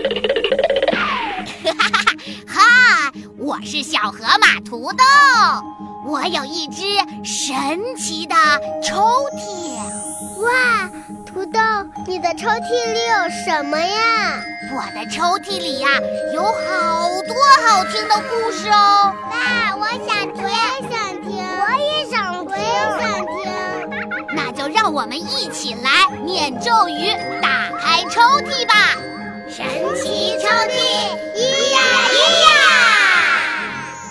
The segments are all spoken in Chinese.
哈，我是小河马土豆，我有一只神奇的抽屉。 哇，土豆，你的抽屉里有什么呀？ 我的抽屉里呀，有好多好听的故事哦。 爸，我想听，我也想听，我也想听。 那就让我们一起来念咒语，打开抽屉吧。神奇抽屉，咿呀咿呀！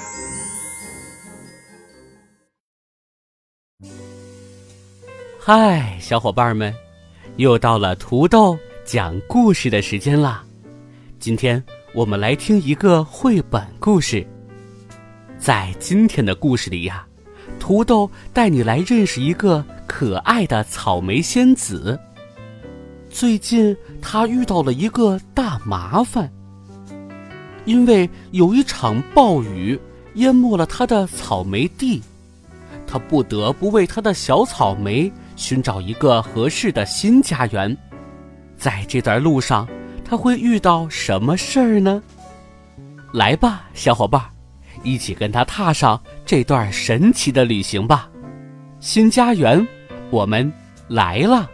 嗨，小伙伴们，又到了土豆讲故事的时间啦。今天我们来听一个绘本故事。在今天的故事里呀，土豆带你来认识一个可爱的草莓仙子。最近他遇到了一个大麻烦，因为有一场暴雨淹没了他的草莓地，他不得不为他的小草莓寻找一个合适的新家园。在这段路上，他会遇到什么事儿呢？来吧，小伙伴，一起跟他踏上这段神奇的旅行吧。新家园，我们来了。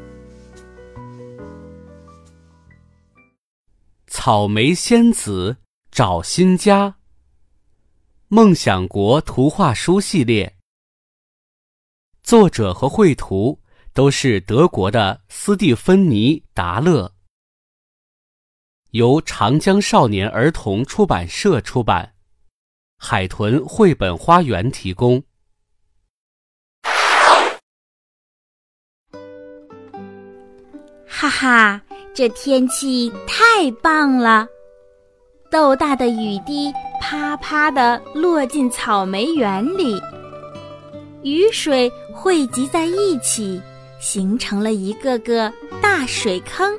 草莓仙子找新家，梦想国图画书系列，作者和绘图都是德国的斯蒂芬妮·达勒，由长江少年儿童出版社出版，海豚绘本花园提供。 哈哈，这天气太棒了！豆大的雨滴啪啪地落进草莓园里，雨水汇集在一起，形成了一个个大水坑。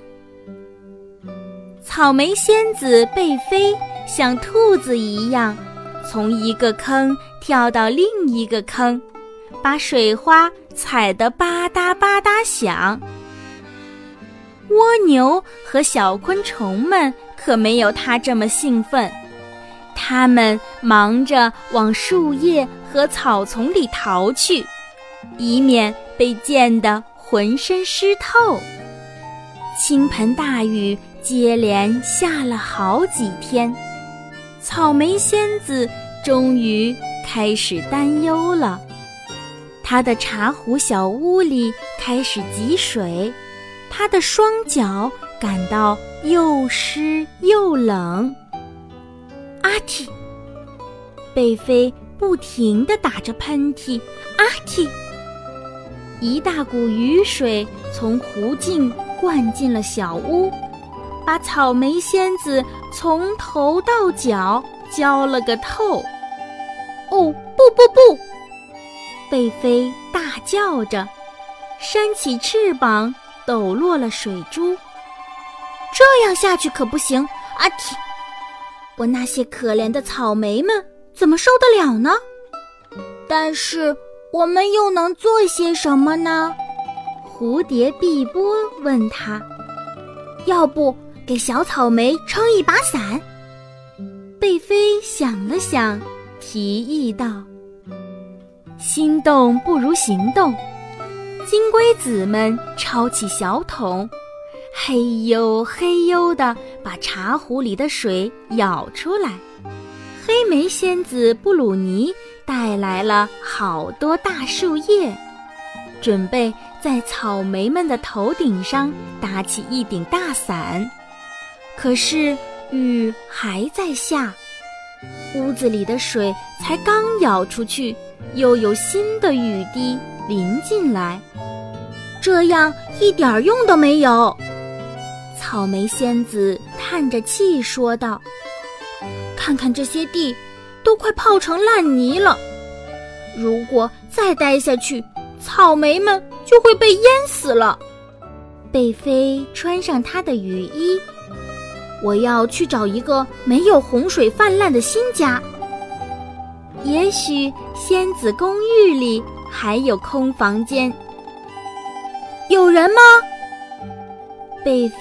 草莓仙子贝菲像兔子一样，从一个坑跳到另一个坑，把水花踩得吧嗒吧嗒响。蜗牛和小昆虫们可没有它这么兴奋，它们忙着往树叶和草丛里逃去，以免被溅得浑身湿透。倾盆大雨接连下了好几天，草莓仙子终于开始担忧了。她的茶壶小屋里开始积水，她的双脚感到又湿又冷。阿嚏！贝菲不停地打着喷嚏，阿嚏！一大股雨水从湖径灌进了小屋，把草莓仙子从头到脚浇了个透。哦，不不不！贝菲大叫着，扇起翅膀抖落了水珠。这样下去可不行，阿嚏！我那些可怜的草莓们怎么受得了呢？但是我们又能做些什么呢？蝴蝶碧波问他。要不给小草莓撑一把伞？贝菲想了想，提议道。心动不如行动，金龟子们抄起小桶，嘿呦嘿呦地把茶壶里的水舀出来。黑莓仙子布鲁尼带来了好多大树叶，准备在草莓们的头顶上搭起一顶大伞。可是雨还在下，屋子里的水才刚舀出去，又有新的雨滴淋进来，这样一点用都没有。草莓仙子叹着气说道，看看这些地都快泡成烂泥了，如果再待下去，草莓们就会被淹死了。贝菲穿上她的雨衣，我要去找一个没有洪水泛滥的新家。也许仙子公寓里还有空房间。有人吗？贝菲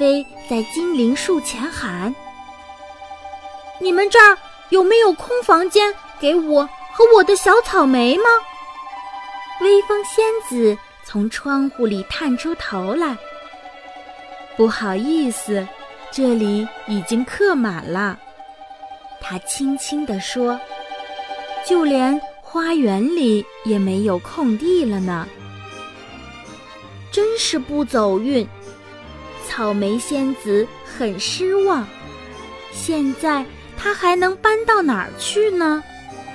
在精灵树前喊：“你们这儿有没有空房间给我和我的小草莓吗？”微风仙子从窗户里探出头来：“不好意思，这里已经客满了。”她轻轻地说，就连花园里也没有空地了呢。真是不走运，草莓仙子很失望。现在她还能搬到哪儿去呢？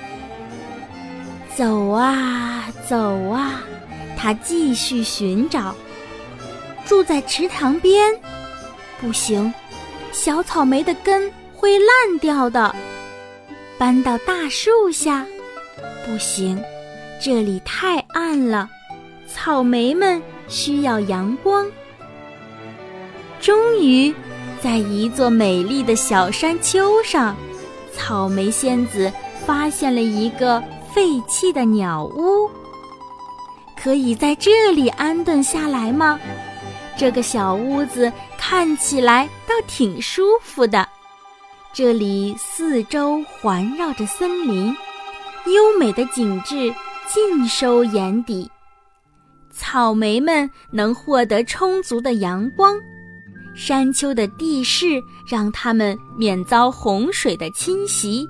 走啊走啊，她继续寻找。住在池塘边，不行，小草莓的根会烂掉的。搬到大树下，不行，这里太暗了，草莓们需要阳光。终于，在一座美丽的小山丘上，草莓仙子发现了一个废弃的鸟屋。可以在这里安顿下来吗？这个小屋子看起来倒挺舒服的。这里四周环绕着森林，优美的景致尽收眼底。草莓们能获得充足的阳光，山丘的地势让它们免遭洪水的侵袭。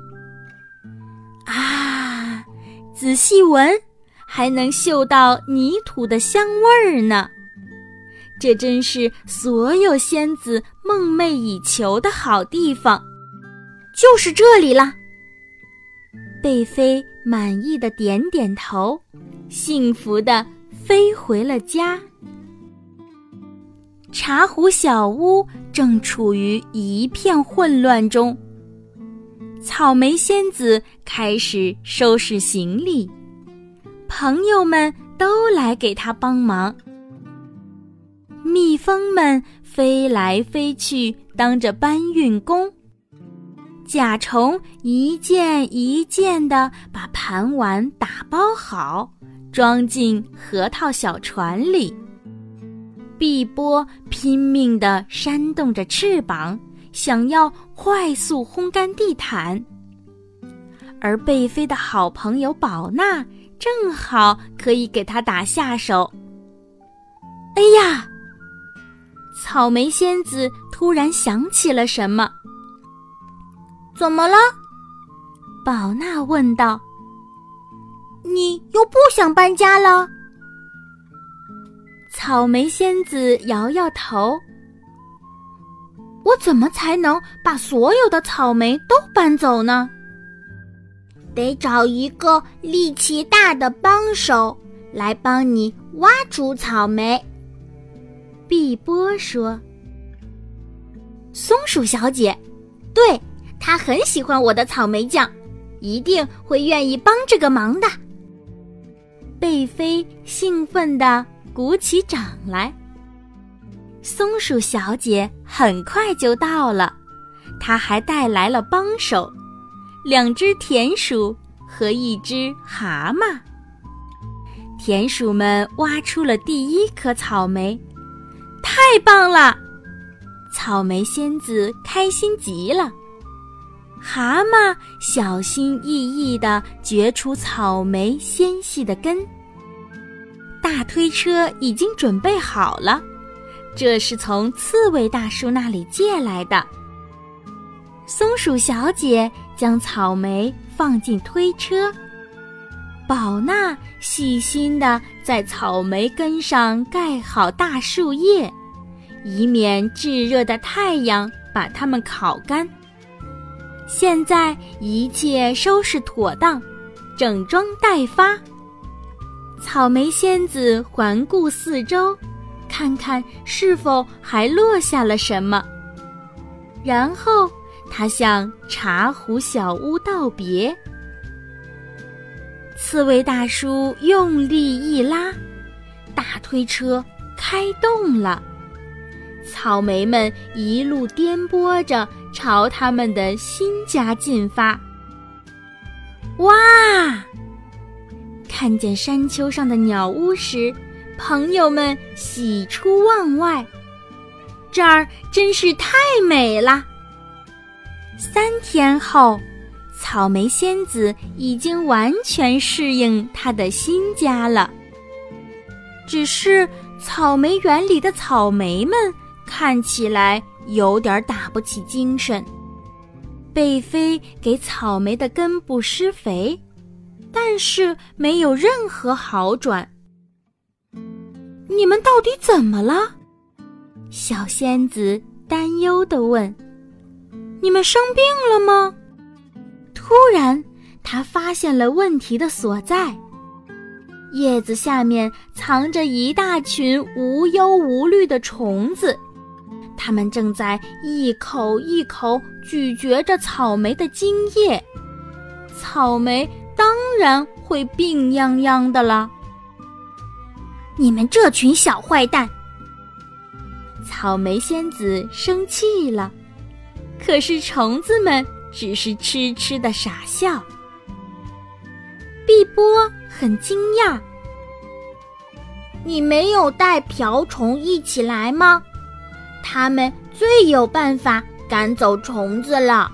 啊，仔细闻，还能嗅到泥土的香味儿呢。这真是所有仙子梦寐以求的好地方，就是这里啦。贝菲满意的点点头，幸福地飞回了家。茶壶小屋正处于一片混乱中，草莓仙子开始收拾行李，朋友们都来给她帮忙。蜜蜂们飞来飞去，当着搬运工。甲虫一件一件地把盘碗打包好，装进核桃小船里。碧波拼命地扇动着翅膀，想要快速烘干地毯。而贝菲的好朋友宝娜正好可以给他打下手。哎呀！草莓仙子突然想起了什么。怎么了？宝娜问道。你又不想搬家了？草莓仙子摇摇头。我怎么才能把所有的草莓都搬走呢？ 得找一个力气大的帮手来帮你挖出草莓。 碧波说。松鼠小姐，对，她很喜欢我的草莓酱，一定会愿意帮这个忙的。贝菲兴奋地鼓起掌来。松鼠小姐很快就到了，她还带来了帮手，2只田鼠和1只蛤蟆。田鼠们挖出了第一颗草莓。太棒了！草莓仙子开心极了。蛤蟆小心翼翼地掘出草莓纤细的根。大推车已经准备好了，这是从刺猬大叔那里借来的。松鼠小姐将草莓放进推车，宝娜细心地在草莓根上盖好大树叶，以免炙热的太阳把它们烤干。现在一切收拾妥当，整装待发。草莓仙子环顾四周，看看是否还落下了什么，然后她向茶壶小屋道别。刺猬大叔用力一拉，大推车开动了，草莓们一路颠簸着朝他们的新家进发。哇！看见山丘上的鸟屋时，朋友们喜出望外。 这儿真是太美了。3天后，草莓仙子已经完全适应她的新家了。只是草莓园里的草莓们看起来有点打不起精神。贝菲给草莓的根部施肥，但是没有任何好转。你们到底怎么了？小仙子担忧地问。你们生病了吗？突然，她发现了问题的所在。叶子下面藏着一大群无忧无虑的虫子，它们正在一口一口咀嚼着草莓的茎叶。草莓当然会病殃殃的了。 你们这群小坏蛋！ 草莓仙子生气了，可是虫子们只是痴痴地傻笑。碧波很惊讶， 你没有带瓢虫一起来吗？他们最有办法赶走虫子了。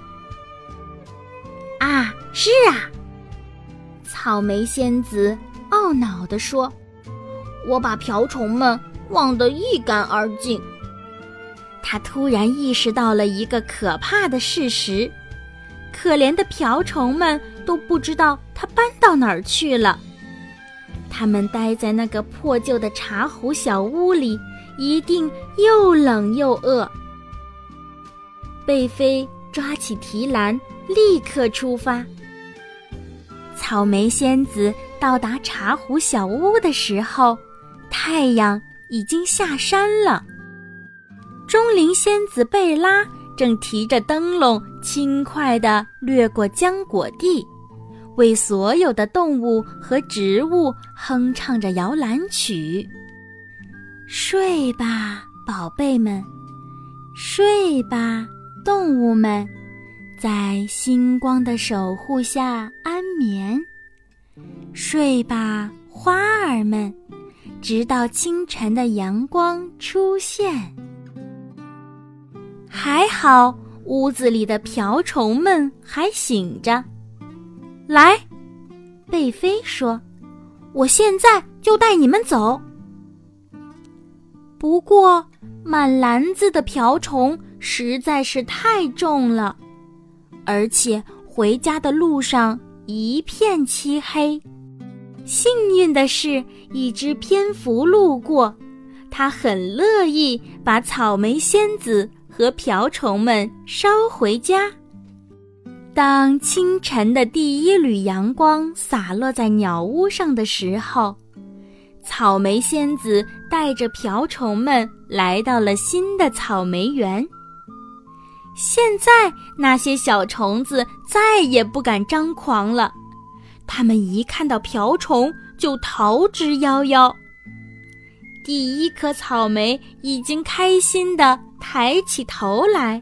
啊，是啊， 草莓仙子懊恼地说，我把瓢虫们忘得一干二净。 他突然意识到了一个可怕的事实，可怜的瓢虫们都不知道他搬到哪儿去了。他们待在那个破旧的茶壶小屋里，一定又冷又饿。贝菲抓起提篮，立刻出发。草莓仙子到达茶壶小屋的时候，太阳已经下山了。钟灵仙子贝拉正提着灯笼轻快地掠过浆果地，为所有的动物和植物哼唱着摇篮曲。睡吧，宝贝们，睡吧，动物们，在星光的守护下安眠。睡吧，花儿们，直到清晨的阳光出现。还好，屋子里的瓢虫们还醒着。来，贝菲说，我现在就带你们走。不过，满篮子的瓢虫实在是太重了，而且回家的路上一片漆黑。幸运的是，一只蝙蝠路过，它很乐意把草莓仙子和瓢虫们捎回家。当清晨的第一缕阳光洒落在鸟屋上的时候，草莓仙子带着瓢虫们来到了新的草莓园。现在那些小虫子再也不敢张狂了，它们一看到瓢虫就逃之夭夭。第一颗草莓已经开心地抬起头来。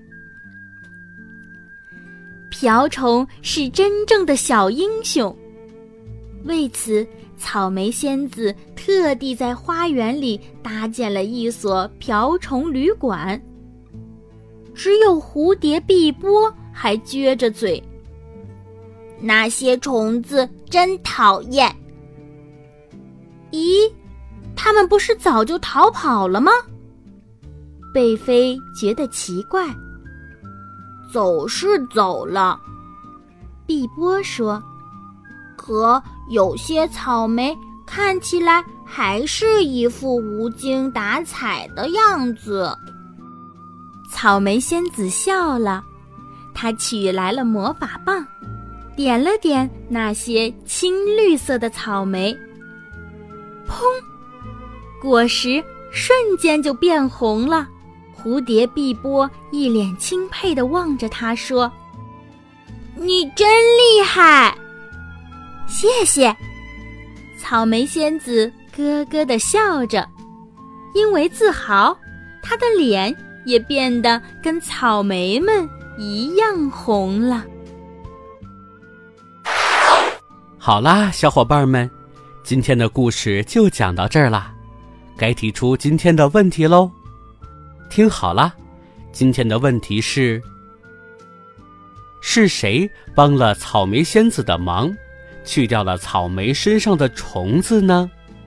瓢虫是真正的小英雄，为此，草莓仙子特地在花园里搭建了一所瓢虫旅馆。只有蝴蝶碧波还撅着嘴， 那些虫子真讨厌。 咦，他们不是早就逃跑了吗？贝菲觉得奇怪。 走是走了， 碧波说， 可有些草莓看起来还是一副无精打采的样子。 草莓仙子笑了，她取来了魔法棒，点了点那些青绿色的草莓，砰！果实瞬间就变红了。蝴蝶碧波一脸钦佩地望着他说， 你真厉害。 谢谢。草莓仙子咯咯地笑着，因为自豪，她的脸也变得跟草莓们一样红了。 好啦，小伙伴们，今天的故事就讲到这儿啦，该提出今天的问题喽。 听好了，今天的问题是谁帮了草莓仙子的忙，去掉了草莓身上的虫子呢？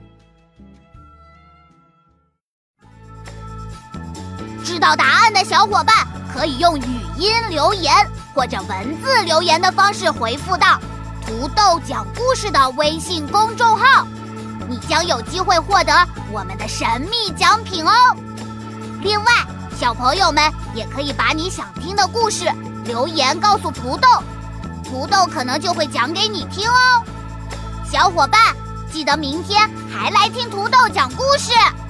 知道答案的小伙伴可以用语音留言或者文字留言的方式回复到土豆讲故事的微信公众号，你将有机会获得我们的神秘奖品哦。另外，小朋友们也可以把你想听的故事留言告诉土豆，土豆可能就会讲给你听哦。小伙伴，记得明天还来听土豆讲故事。